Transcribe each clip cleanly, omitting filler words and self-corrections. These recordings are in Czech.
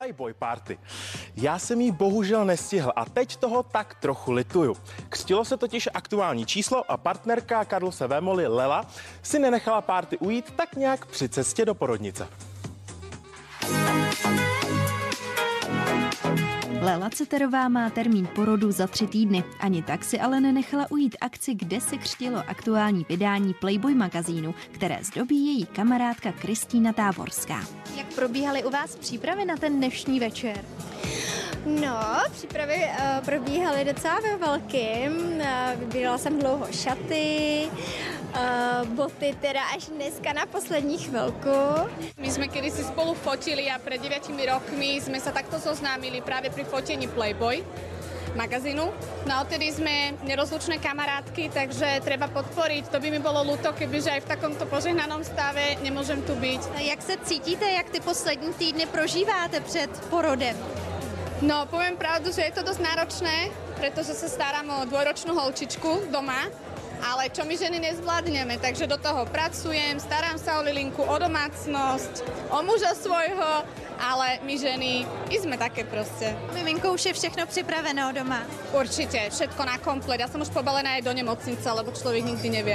Playboy Party. Já jsem jí bohužel nestihl a teď toho tak trochu lituju. Křtilo se totiž aktuální číslo a partnerka Karlose Vémoly Lela si nenechala party ujít tak nějak při cestě do porodnice. Lela Ceterová má termín porodu za 3 týdny. Ani tak si ale nenechala ujít akci, kde se křtilo aktuální vydání Playboy magazínu, které zdobí její kamarádka Kristýna Táborská. Jak probíhaly u vás přípravy na ten dnešní večer? No, přípravy probíhaly docela ve velkým. Vybírala jsem dlouho šaty, boty teda až dneska na poslední chvilku. My sme kedysi spolu fotili a pred 9 rokmi sme sa takto zoznámili práve pri fotení Playboy magazínu. No a odtedy sme nerozlučné kamarátky, takže treba podporiť. To by mi bolo ľúto, kebyže aj v takomto požehnanom stave nemôžem tu byť. Jak se cítíte, jak ty poslední týdny prožíváte před porodem? No, poviem pravdu, že je to dosť náročné, pretože sa starám o 2-ročnú holčičku doma, ale čo my ženy nezvládneme, takže do toho pracujem, starám sa o Lilinku, o domácnosť, o muža svojho, ale my ženy, my sme také proste. Miminko, už je všechno připraveno doma? Určite, všetko na komplet. Ja som už pobalená aj do nemocnice, lebo človek nikdy nevie.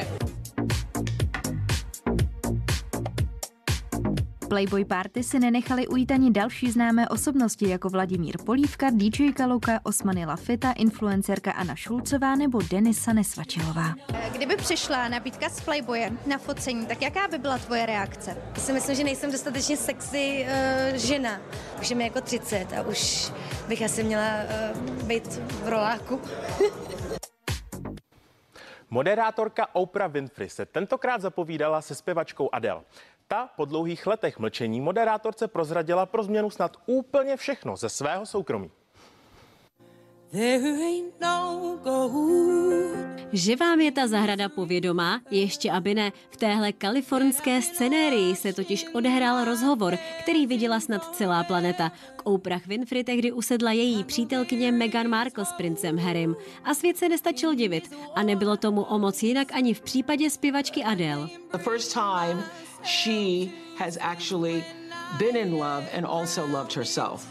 Playboy Party si nenechali ujít ani další známé osobnosti jako Vladimír Polívka, DJka Luka, Osmany Lafita, influencerka Anna Šulcová nebo Denisa Nesvačilová. Kdyby přišla nabídka z Playboye na focení, tak jaká by byla tvoje reakce? Já si myslím, že nejsem dostatečně sexy žena. Už je mi jako 30 a už bych asi měla být v roláku. Moderátorka Oprah Winfrey se tentokrát zapovídala se zpěvačkou Adele. Ta po dlouhých letech mlčení moderátorce prozradila pro změnu snad úplně všechno ze svého soukromí. Že vám je ta zahrada povědomá? Ještě aby ne. V téhle kalifornské scenérii se totiž odehrál rozhovor, který viděla snad celá planeta. K Oprah Winfrey tehdy usedla její přítelkyně Meghan Markle s princem Harrym. A svět se nestačil divit. A nebylo tomu o moc jinak ani v případě zpěvačky Adele. The first time she has actually been in love and also loved herself.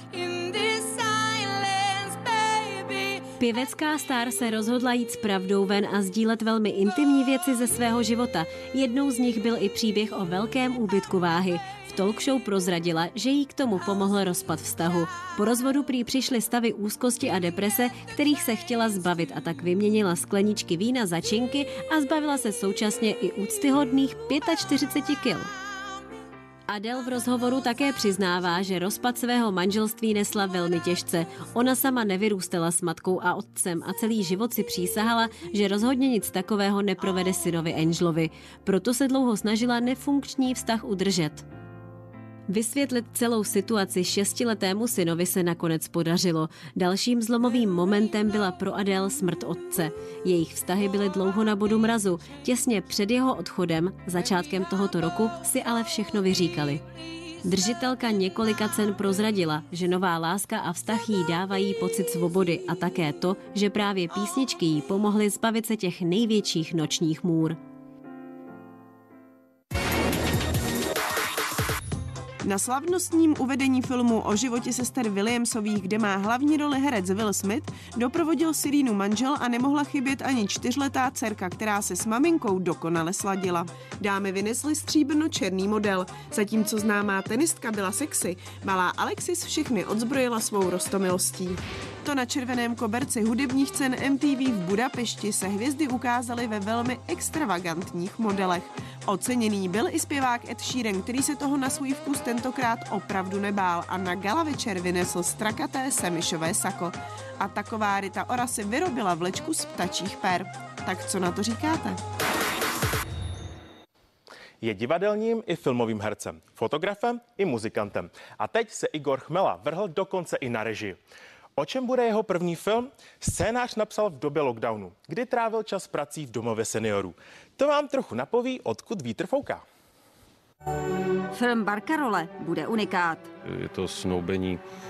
Pěvecká star se rozhodla jít s pravdou ven a sdílet velmi intimní věci ze svého života. Jednou z nich byl i příběh o velkém úbytku váhy. V talk show prozradila, že jí k tomu pomohl rozpad vztahu. Po rozvodu prý přišly stavy úzkosti a deprese, kterých se chtěla zbavit, a tak vyměnila skleničky vína za činky a zbavila se současně i úctyhodných 45 kil. Adele v rozhovoru také přiznává, že rozpad svého manželství nesla velmi těžce. Ona sama nevyrůstala s matkou a otcem a celý život si přísahala, že rozhodně nic takového neprovede synovi Angelovi. Proto se dlouho snažila nefunkční vztah udržet. Vysvětlit celou situaci 6letému synovi se nakonec podařilo. Dalším zlomovým momentem byla pro Adele smrt otce. Jejich vztahy byly dlouho na bodu mrazu. Těsně před jeho odchodem, začátkem tohoto roku, si ale všechno vyříkali. Držitelka několika cen prozradila, že nová láska a vztah jí dávají pocit svobody a také to, že právě písničky jí pomohly zbavit se těch největších nočních můr. Na slavnostním uvedení filmu o životě sester Williamsových, kde má hlavní roli herec Will Smith, doprovodil Sirínu manžel a nemohla chybět ani 4letá dcerka, která se s maminkou dokonale sladila. Dámy vynesly stříbrno-černý model. Zatímco známá tenistka byla sexy, malá Alexis všechny odzbrojila svou roztomilostí. To na červeném koberci hudebních cen MTV v Budapešti se hvězdy ukázaly ve velmi extravagantních modelech. Oceněný byl i zpěvák Ed Sheeran, který se toho na svůj vkus tentokrát opravdu nebál a na gala večer vynesl strakaté semišové sako. A taková Rita Ora si vyrobila vlečku z ptačích per. Tak co na to říkáte? Je divadelním i filmovým hercem, fotografem i muzikantem. A teď se Igor Chmela vrhl dokonce i na režii. O čem bude jeho první film? Scénář napsal v době lockdownu, kdy trávil čas prací v domově seniorů. To vám trochu napoví, odkud vítr fouká. Film Barkarole bude unikát. Je to snoubení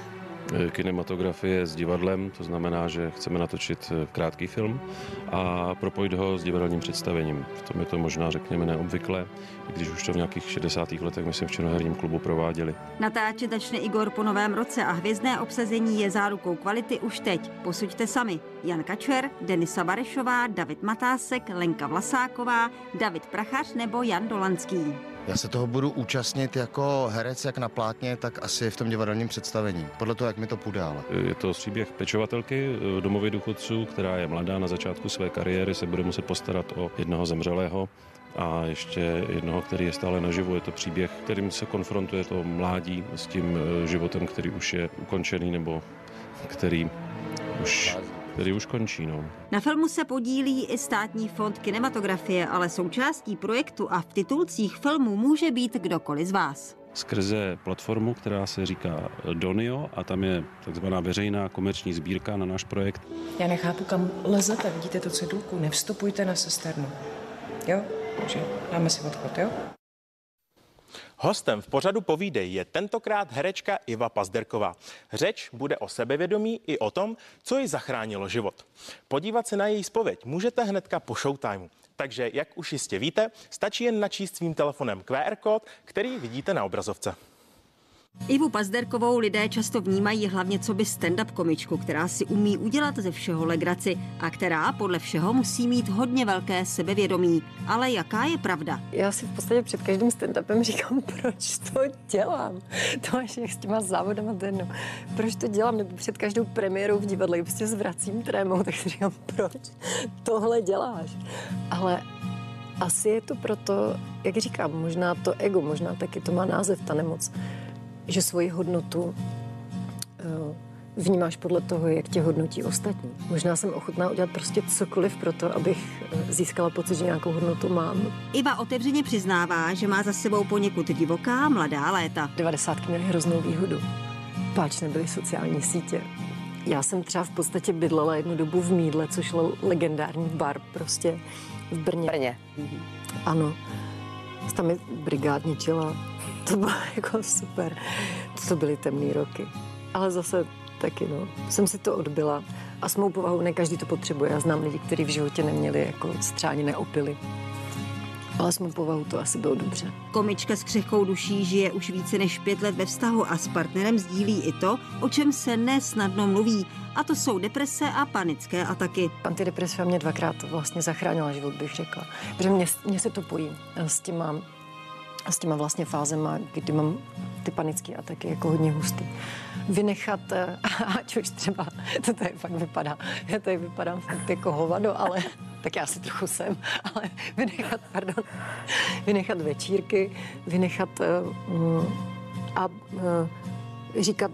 kinematografie s divadlem, to znamená, že chceme natočit krátký film a propojit ho s divadelním představením. V tom je to možná, řekněme, neobvyklé, i když už to v nějakých 60. letech, myslím, v Činoherním klubu prováděli. Natáčet začne Igor po novém roce a hvězdné obsazení je zárukou kvality už teď. Posuďte sami. Jan Kačer, Denisa Barešová, David Matásek, Lenka Vlasáková, David Prachař nebo Jan Dolanský. Já se toho budu účastnit jako herec, jak na plátně, tak asi v tom divadelním představení. Podle toho, jak mi to půjde, ale. Je to příběh pečovatelky v domově důchodců, která je mladá, na začátku své kariéry se bude muset postarat o jednoho zemřelého a ještě jednoho, který je stále naživu. Je to příběh, kterým se konfrontuje to mládí s tím životem, který už je ukončený nebo který už končí. No. Na filmu se podílí i Státní fond kinematografie, ale součástí projektu a v titulcích filmu může být kdokoliv z vás. Skrze platformu, která se říká Donio a tam je takzvaná veřejná komerční sbírka na náš projekt. Já nechápu, kam lezete, vidíte tu cedulku, nevstupujte na sesternu. Jo? Takže dáme si odchod, jo? Hostem v pořadu Povídej je tentokrát herečka Iva Pazderková. Řeč bude o sebevědomí i o tom, co jí zachránilo život. Podívat se na její zpověď můžete hnedka po showtimeu. Takže, jak už jistě víte, stačí jen načíst svým telefonem QR kód, který vidíte na obrazovce. Ivu Pazderkovou lidé často vnímají hlavně coby stand-up komičku, která si umí udělat ze všeho legraci a která podle všeho musí mít hodně velké sebevědomí. Ale jaká je pravda? Já si v podstatě před každým stand-upem říkám, proč to dělám. To máš jak s těma závodama, to jedno. Proč to dělám? Nebo před každou premiérou v divadle prostě zvracím trémou, tak si říkám, proč tohle děláš? Ale asi je to proto, jak říkám, možná to ego, možná taky to má název, ta nemoc, že svoji hodnotu vnímáš podle toho, jak tě hodnotí ostatní. Možná jsem ochotná udělat prostě cokoliv pro to, abych získala pocit, že nějakou hodnotu mám. Iva otevřeně přiznává, že má za sebou poněkud divoká mladá léta. 90 měly hroznou výhodu. Páč nebyly sociální sítě. Já jsem třeba v podstatě bydlela jednu dobu v Mídle, což byl legendární bar prostě v Brně. Ano. Tam mi brigádničila. To bylo jako super. To byly temné roky. Ale zase taky, jsem si to odbyla. A s mou povahou ne každý to potřebuje. Já znám lidi, kteří v životě neměli, jako třeba ani neopili. Ale s mou povahou to asi bylo dobře. Komička s křehkou duší žije už více než 5 let ve vztahu a s partnerem sdílí i to, o čem se nesnadno mluví. A to jsou deprese a panické ataky. Antidepresiva mě 2krát vlastně zachránila život, bych řekla. Protože mě se to pojí s těma vlastně fázema, kdy mám ty panické ataky jako hodně hustý. Vynechat, ať už třeba, to tady fakt vypadá, já tady vypadám fakt jako hovado, ale tak já si trochu jsem, ale vynechat večírky, vynechat a říkat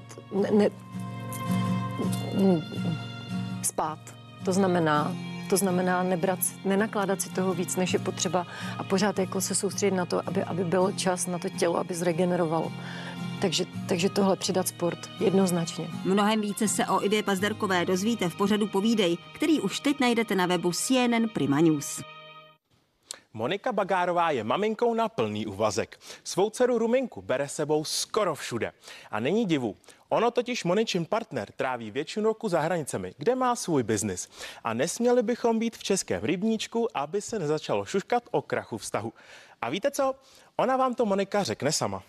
spát. To znamená nenakládat si toho víc, než je potřeba a pořád jako se soustředit na to, aby byl čas na to tělo, aby zregenerovalo. Takže tohle přidat sport jednoznačně. Mnohem více se o Ivě Pazderkové dozvíte v pořadu Povídej, který už teď najdete na webu CNN Prima News. Monika Bagárová je maminkou na plný úvazek. Svou dceru Ruminku bere sebou skoro všude. A není divu. Ono totiž Moničin partner tráví většinu roku za hranicemi, kde má svůj biznis. A nesměli bychom být v českém rybníčku, aby se nezačalo šuškat o krachu vztahu. A víte co? Ona vám to Monika řekne sama.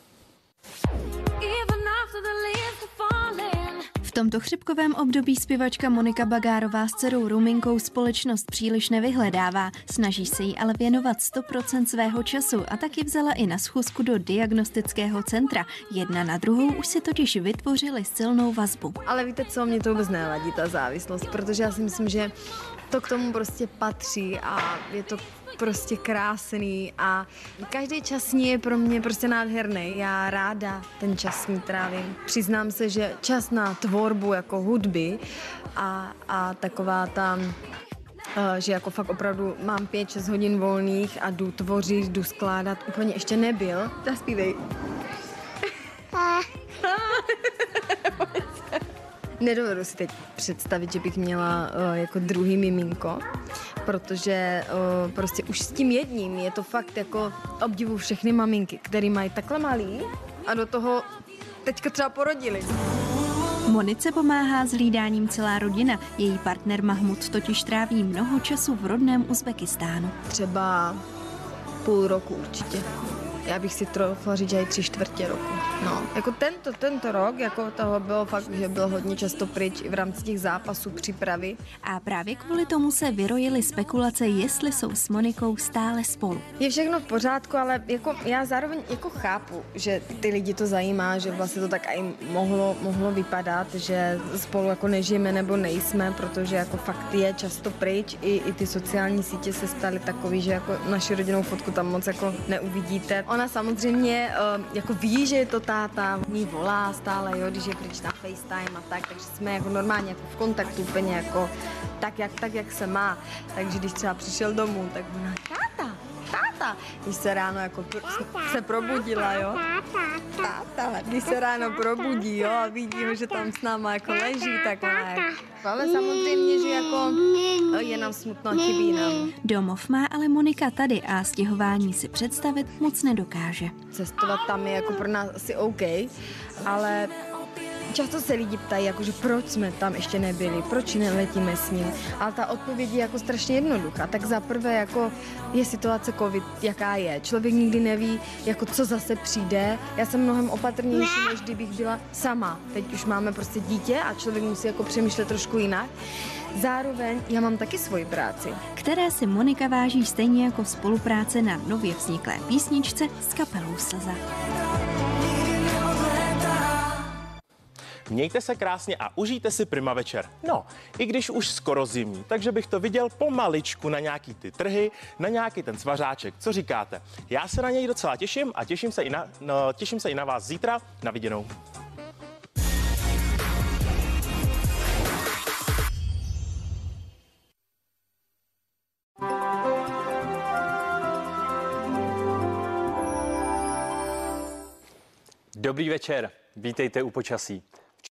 V tomto chřipkovém období zpěvačka Monika Bagárová s dcerou Ruminkou společnost příliš nevyhledává. Snaží se jí ale věnovat 100% svého času a taky vzala i na schůzku do diagnostického centra. Jedna na druhou už si totiž vytvořili silnou vazbu. Ale víte co, mě to vůbec nevadí, ta závislost, protože já si myslím, že to k tomu prostě patří a je to prostě krásný a každý čas s ní je pro mě prostě nádherný. Já ráda ten čas s ní trávím. Přiznám se, že čas na tvorbu jako hudby a taková ta, že jako fakt opravdu mám 5-6 hodin volných a jdu tvořit, jdu skládat, úplně ještě nebyl. Zaspívej. Nedovedu si teď představit, že bych měla jako druhý miminko, protože prostě už s tím jedním je to fakt jako obdivu všechny maminky, které mají takhle malý a do toho teďka třeba porodili. Monice pomáhá s hlídáním celá rodina. Její partner Mahmud totiž tráví mnoho času v rodném Uzbekistánu. Třeba půl roku určitě. Já bych si troufla říct, že i 3/4 roku. No, jako tento rok, jako toho bylo fakt, že byl hodně často pryč i v rámci těch zápasů, přípravy. A právě kvůli tomu se vyrojily spekulace, jestli jsou s Monikou stále spolu. Je všechno v pořádku, ale jako já zároveň jako chápu, že ty lidi to zajímá, že vlastně to tak i mohlo vypadat, že spolu jako nežijeme nebo nejsme, protože jako fakt je často pryč. I ty sociální sítě se staly takový, že jako naši rodinnou fotku tam moc jako neuvidíte. Ona samozřejmě jako ví, že je to táta, ní volá stále, jo, když je pryč na FaceTime a tak, takže jsme jako normálně jako v kontaktu úplně jako tak, jak se má. Takže když třeba přišel domů, tak ona, táta, když se ráno jako se probudila, jo. Táta, když se ráno probudí, jo, a vidí ho, že tam s náma jako leží, tak ona jako, ale samozřejmě, že jako je nám smutno, chybí nám. Domov má ale Monika tady a stěhování si představit moc nedokáže. Cestovat tam je jako pro nás asi OK, ale často se lidi ptají, jakože proč jsme tam ještě nebyli, proč neletíme s ním, ale ta odpověď je jako strašně jednoduchá. Tak za prvé jako je situace covid, jaká je. Člověk nikdy neví, jako co zase přijde. Já jsem mnohem opatrnější, než kdybych byla sama. Teď už máme prostě dítě a člověk musí jako přemýšlet trošku jinak. Zároveň já mám taky svoji práci, které si Monika váží stejně jako spolupráce na nově vzniklé písničce s kapelou Slza. Mějte se krásně a užijte si prima večer. No, i když už skoro zimní, takže bych to viděl pomaličku na nějaký ty trhy, na nějaký ten svařáček. Co říkáte? Já se na něj docela těším a těším se i na vás zítra. Na viděnou. Dobrý večer, vítejte u Počasí.